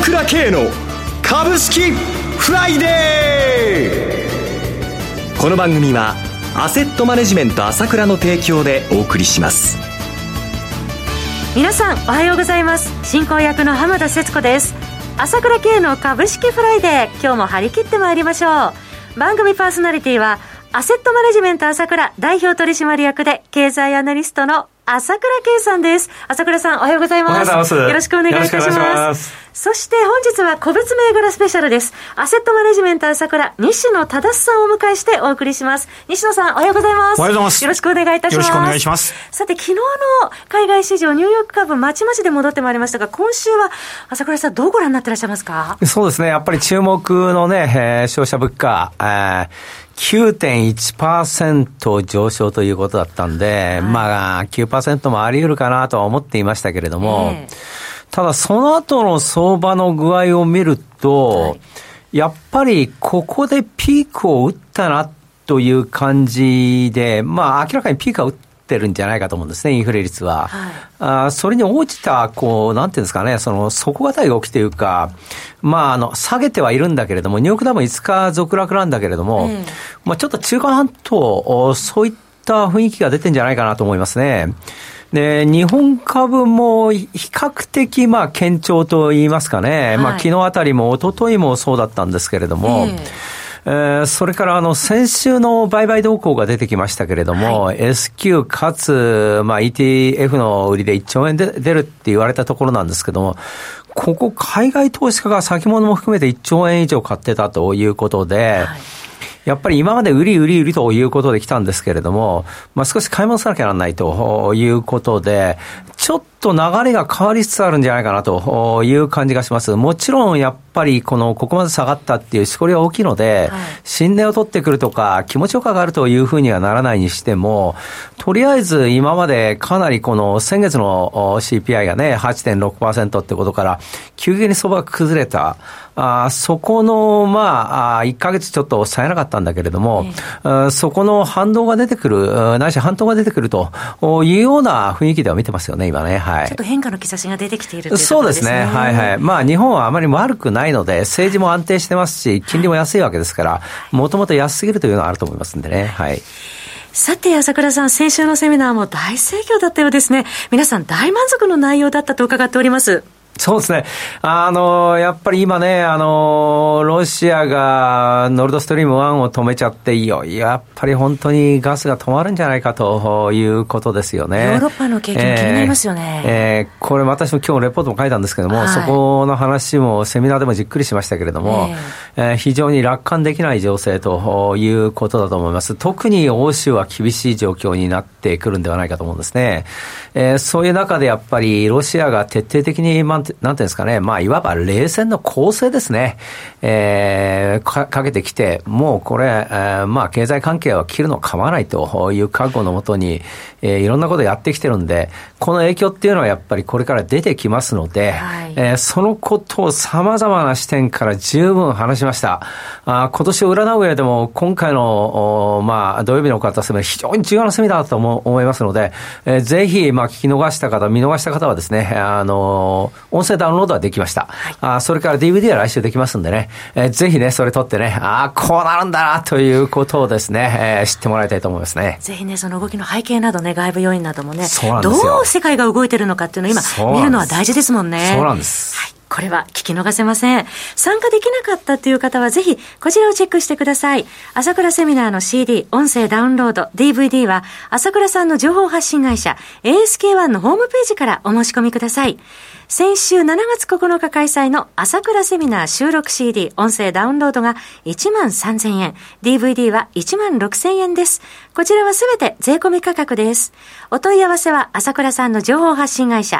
倉慶の株式フライデー。この番組はアセットマネジメント朝倉の提供でお送りします。 皆さんおはようございます。進行役の浜田節子です。朝倉慶の株式フライデー、今日も張り切ってまいりましょう。番組パーソナリティはアセットマネジメント朝倉代表取締役で経済アナリストの朝倉慶さんです。朝倉さんおはようございます。 おはようございます。 よろしくお願いいたします。そして本日は個別銘柄スペシャルです。アセットマネジメント朝倉西野忠さんをお迎えしてお送りします。西野さんおはようございます。 おはようございます。 よろしくお願いいたします。 よろしくお願いします。 さて昨日の海外市場ニューヨーク株まちまちで戻ってまいりましたが、今週は朝倉さんどうご覧になってらっしゃいますか？ そうですね、やっぱり注目のね、消費者物価、9.1% 上昇ということだったんで、まあ 9% もあり得るかなとは思っていましたけれども、ただその後の相場の具合を見ると、やっぱりここでピークを打ったなという感じで、まあ明らかにピークは打ってるんじゃないかと思うんですね、インフレ率は。それに応じた、なんていうんですかね、底堅い動きというか、まあ下げてはいるんだけれども、ニューヨークダウ5日続落なんだけれども、まあちょっと中間半島、そういった雰囲気が出てんじゃないかなと思いますね。で、日本株も比較的まあ堅調と言いますかね、まあ昨日あたりも一昨日もそうだったんですけれども、それから先週の売買動向が出てきましたけれども、S q かつ、まあ ETF の売りで1兆円で出るって言われたところなんですけども、ここ海外投資家が先物も含めて1兆円以上買ってたということで、やっぱり今まで売りということで来たんですけれども、まあ少し買い戻さなきゃならないということで、ちょっと流れが変わりつつあるんじゃないかなという感じがします。もちろんやっぱりここまで下がったっていうしこりは大きいので、新値を取ってくるとか気持ちよく上がるというふうにはならないにしても、とりあえず今までかなり先月の CPI がね 8.6% ってことから急激に相場が崩れた。そこのまあ1ヶ月ちょっと抑えなかったんだけれども、そこの反動が出てくる、ないし反動が出てくるというような雰囲気では見てますよね、今ね。ちょっと変化の兆しが出てきているということですね。 そうですね。まあ日本はあまり悪くないので、政治も安定してますし、金利も安いわけですから、もともと安すぎるというのはあると思いますんでね。 さて朝倉さん、先週のセミナーも大盛況だったようですね。皆さん大満足の内容だったと伺っております。 そうですね。やっぱり今ね、ロシアがノルドストリーム1を止めちゃって、いよいよやっぱり本当にガスが止まるんじゃないかということですよね。 ヨーロッパの景気も気になりますよね。 これ私も今日レポートも書いたんですけども、そこの話もセミナーでもじっくりしましたけれども、非常に楽観できない情勢ということだと思います。特に欧州は厳しい状況になってくるんではないかと思うんですね。そういう中でやっぱりロシアが徹底的になんていうんですかね、まあいわば冷戦の構成ですね、かけてきて、もうこれ、まあ経済関係は切るの構わないという覚悟のもとに、いろんなことをやってきてるんで、この影響っていうのはやっぱりこれから出てきますので、そのことを様々な視点から十分話しました。今年を占う上でも今回のまあ土曜日の方セミナー非常に重要なセミナーだと思いますので、ぜひまあ聞き逃した方、見逃した方はですね、音声ダウンロードはできました。それから DVD は来週できますんでね、ぜひね、それ撮ってね、こうなるんだなということをですね、知ってもらいたいと思いますね。 ぜひね、その動きの背景などね、外部要因などもね、 どう世界が動いてるのかっていうのを今見るのは大事ですもんね。 そうなんです。 これは聞き逃せません。参加できなかったという方はぜひこちらをチェックしてください。朝倉セミナーの CD、音声ダウンロード、DVD は朝倉さんの情報発信会社 ASK-1 のホームページからお申し込みください。先週7月9日開催の朝倉セミナー収録 CD、音声ダウンロードが13,000円、DVD は16,000円です。こちらはすべて税込み価格です。お問い合わせは朝倉さんの情報発信会社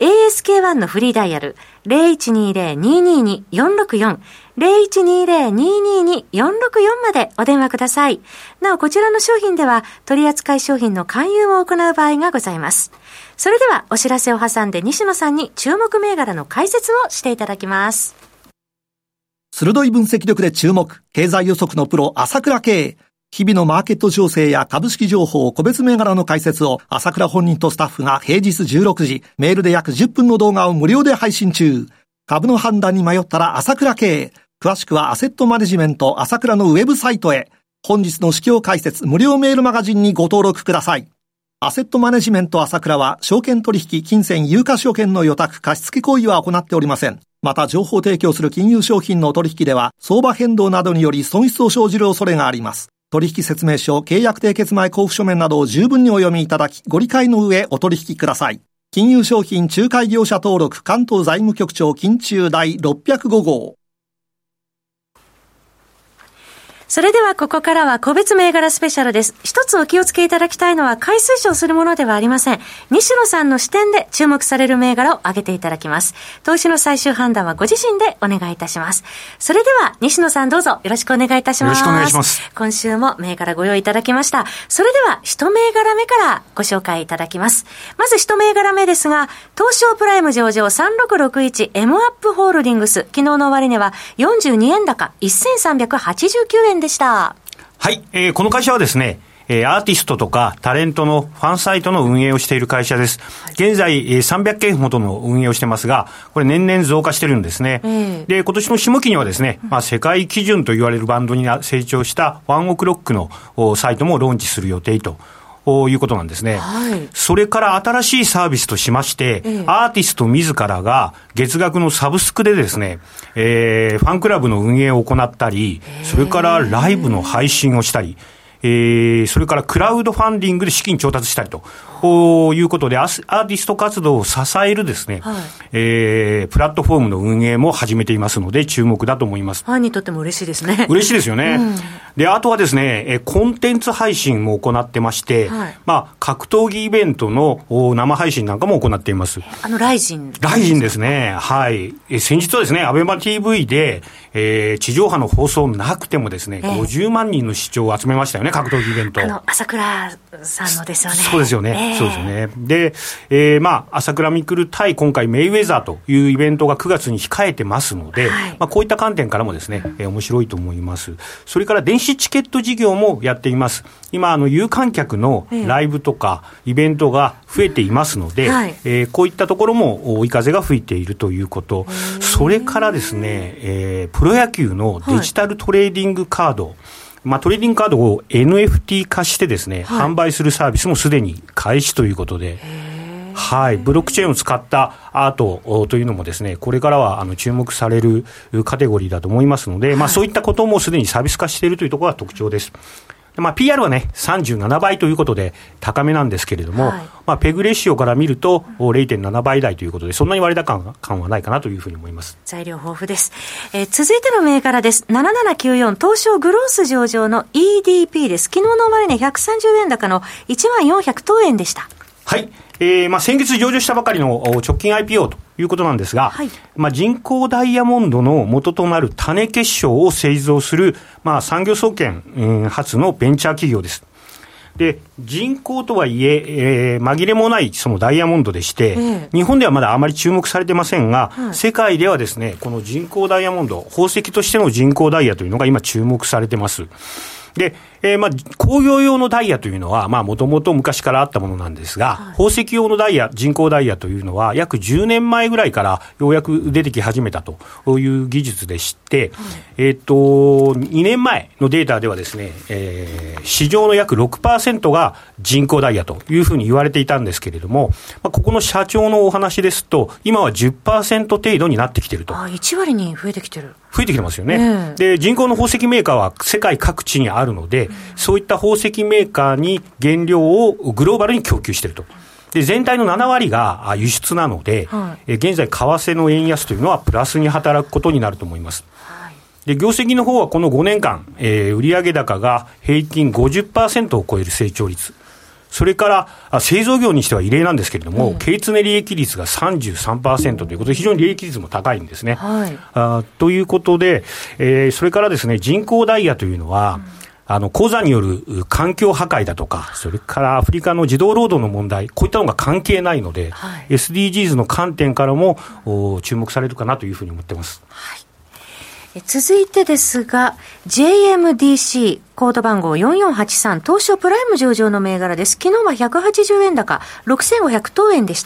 ASK-1 のフリーダイヤル 0120-222-464 0120-222-464 までお電話ください。なおこちらの商品では取扱い商品の勧誘を行う場合がございます。それではお知らせを挟んで西野さんに注目銘柄の解説をしていただきます。 鋭い分析力で注目、経済予測のプロ朝倉慶。日々のマーケット情勢や株式情報、個別銘柄の解説を朝倉本人とスタッフが平日16時、メールで約10分の動画を無料で配信中。 株の判断に迷ったら朝倉慶。詳しくはアセットマネジメント朝倉のウェブサイトへ。本日の市況解説無料メールマガジンにご登録ください。アセットマネジメント朝倉は証券取引、金銭、有価証券の予託、貸付行為は行っておりません。また情報提供する金融商品の取引では相場変動などにより損失を生じる恐れがあります。取引説明書、契約締結前交付書面などを十分にお読みいただき、ご理解の上お取引ください。金融商品仲介業者登録関東財務局長金中第605号。 それではここからは個別銘柄スペシャルです。一つお気をつけいただきたいのは買い推奨するものではありません。西野さんの視点で注目される銘柄を挙げていただきます。投資の最終判断はご自身でお願いいたします。それでは西野さんどうぞよろしくお願いいたします。 よろしくお願いします。 今週も銘柄ご用意いただきました。それでは一銘柄目からご紹介いただきます。まず一銘柄目ですが、東証プライム上場3661 M アップホールディングス、昨日の終値は42円高1389円でした。 はい、この会社はですね、アーティストとかタレントのファンサイトの運営をしている会社です。現在、300件ほどの運営をしてますが、これ年々増加してるんですね。で、今年の下期にはですね、世界基準と言われるバンドに成長したワンオクロックのサイトもローンチする予定ということなんですね。それから新しいサービスとしまして、アーティスト自らが月額のサブスクでですね、ファンクラブの運営を行ったり、それからライブの配信をしたり、それからクラウドファンディングで資金調達したりということで、アーティスト活動を支えるですね、プラットフォームの運営も始めていますので注目だと思います。 ファンにとっても嬉しいですね。 嬉しいですよね。で、あとはですね、コンテンツ配信も行ってまして、格闘技イベントの生配信なんかも行っています。 ライジンですね。はい。先日はですね、アベマ TV で、地上波の放送なくてもですね、50万人の視聴を集めましたよね、格闘技イベント。 朝倉さんのですよね。 そうですよね。そうですよね。で、朝倉未来対今回メイウェザーというイベントが9月に控えてますので、こういった観点からもですね、面白いと思います。それから電子チケット事業もやっています。今、有観客のライブとかイベントが増えていますので、こういったところも追い風が吹いているということ。それからですね、プロ野球のデジタルトレーディングカード、トレーディングカードを NFT 化してですね、販売するサービスもすでに開始ということで、ブロックチェーンを使ったアートというのもですね、これからは注目されるカテゴリーだと思いますので、そういったこともすでにサービス化しているというところが特徴です。PR はね、37倍ということで高めなんですけれども、ペグレシオから見ると 0.7 倍台ということで、そんなに割高感はないかなというふうに思います。 材料豊富です。続いての銘柄です。7794東証グロース上場の EDP です。昨日の終値130円高の1400等円でした。 はい。先月上場したばかりの直近 IPO ということなんですが、人工ダイヤモンドの元となる種結晶を製造する、産業総研、発のベンチャー企業です。で、人工とはいえ紛れもないそのダイヤモンドでして、日本ではまだあまり注目されてませんが、世界ではですね、この人工ダイヤモンド、宝石としての人工ダイヤというのが今注目されてます。で、工業用のダイヤというのは、もともと昔からあったものなんですが、宝石用のダイヤ、人工ダイヤというのは、約10年前ぐらいからようやく出てき始めたという技術でして、2年前のデータではですね、市場の約 6% が人工ダイヤというふうに言われていたんですけれども、ここの社長のお話ですと、今は 10% 程度になってきていると。 1割に増えてきてる。 増えてきてますよね。で、人工の宝石メーカーは世界各地にあるので、そういった宝石メーカーに原料をグローバルに供給していると。で、全体の7割が輸出なので、現在為替の円安というのはプラスに働くことになると思います。で、業績の方はこの5年間、売上高が平均 50% を超える成長率。それから製造業にしては異例なんですけれども、経常利益率が 33% ということで非常に利益率も高いんですね。ということで、それからですね、人工ダイヤというのは、鉱山による環境破壊だとか、それからアフリカの児童労働の問題、こういったのが関係ないので、SDGs の観点からも注目されるかなというふうに思っています。 続いてですが JMDC コード番号4483東証プライム上場の銘柄です。昨日は180円高6500等円でした。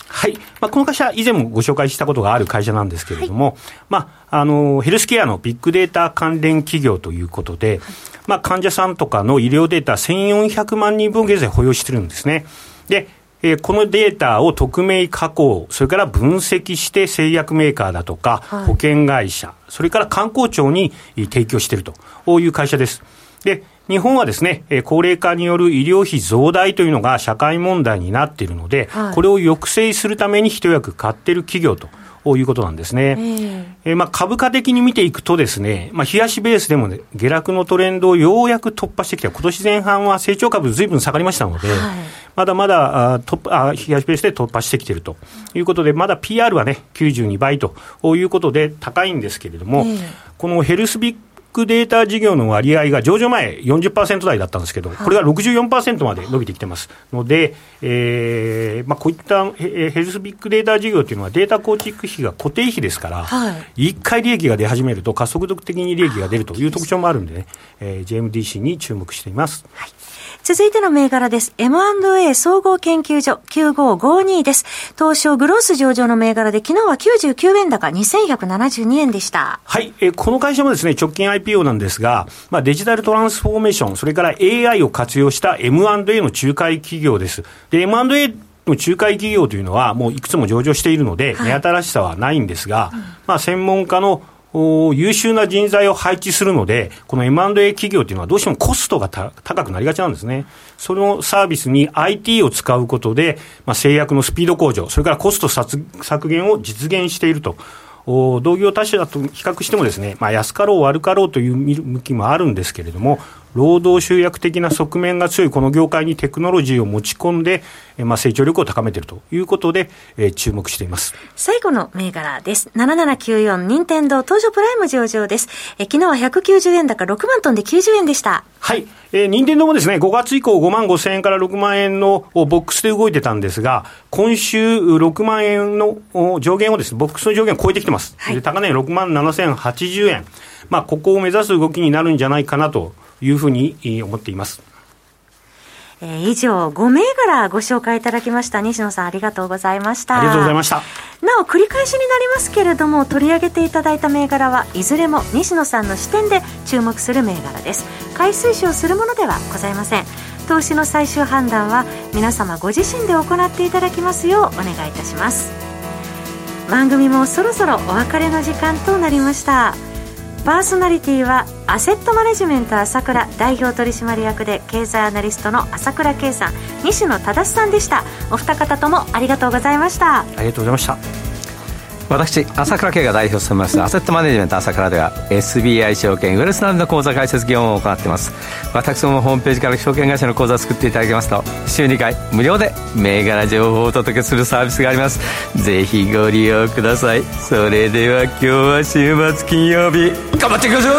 はい。この会社、以前もご紹介したことがある会社なんですけれども、ヘルスケアのビッグデータ関連企業ということで、患者さんとかの医療データ1400万人分現在保有してるんですね。で、このデータを匿名加工、それから分析して製薬メーカーだとか、保険会社、それから観光庁に提供しているという会社です。で、日本はですね、高齢化による医療費増大というのが社会問題になっているので、これを抑制するために一役買っている企業ということなんですね。株価的に見ていくとですね、日足ベースでも、ね、下落のトレンドをようやく突破してきた。今年前半は成長株ずいぶん下がりましたので、まだまだ日足ベースで突破してきているということで、まだ PR はね、92倍ということで高いんですけれども、このヘルスビッグデータ事業の割合が上場前 40% 台だったんですけど、これが 64% まで伸びてきてますので、こういったヘルスビッグデータ事業というのはデータ構築費が固定費ですから、1回利益が出始めると加速度的に利益が出るという特徴もあるんでね、JMDC に注目しています。 続いての銘柄です。M&A 総合研究所9552です。東証グロース上場の銘柄で、昨日は99円高2172円でした。 はい、この会社もですね、直近 IPO なんですが、デジタルトランスフォーメーション、それから AI を活用した M&A の仲介企業です。で、M&A の仲介企業というのはもういくつも上場しているので、目新しさはないんですが、専門家の優秀な人材を配置するので、この M&A 企業というのはどうしてもコストが高くなりがちなんですね。そのサービスに IT を使うことで、製薬のスピード向上、それからコスト削減を実現していると。同業他社と比較してもですね、安かろう悪かろうという向きもあるんですけれども、労働集約的な側面が強いこの業界にテクノロジーを持ち込んで、成長力を高めているということで、注目しています。 最後の銘柄です。7794任天堂東証プライム上場です。昨日は190円高6万トンで90円でした。 はい。任天堂もですね、5月以降5万5千円から6万円のボックスで動いてたんですが、今週6万円の上限をですね、ボックスの上限を超えてきてます。で、高値6万7080円。ここを目指す動きになるんじゃないかなというふうに思っています。 以上5銘柄ご紹介いただきました。西野さん、ありがとうございました。 ありがとうございました。 なお繰り返しになりますけれども、取り上げていただいた銘柄はいずれも西野さんの視点で注目する銘柄です。買い推奨するものではございません。投資の最終判断は皆様ご自身で行っていただきますようお願いいたします。番組もそろそろお別れの時間となりました。パーソナリティはアセットマネジメント朝倉代表取締役で経済アナリストの朝倉圭さん、西野忠さんでした。お二方ともありがとうございました。 ありがとうございました。 私朝倉圭が代表を務めますアセットマネジメント朝倉では SBI 証券ウェルスナビの口座開設業務を行っています。私どもホームページから証券会社の口座を作っていただきますと、週2回無料で銘柄情報をお届けするサービスがあります。ぜひご利用ください。それでは今日は週末金曜日頑張っていきましょう。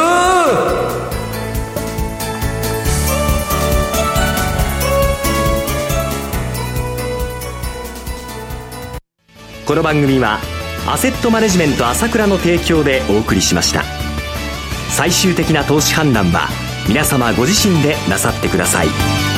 この番組はアセットマネジメント朝倉の提供でお送りしました。最終的な投資判断は皆様ご自身でなさってください。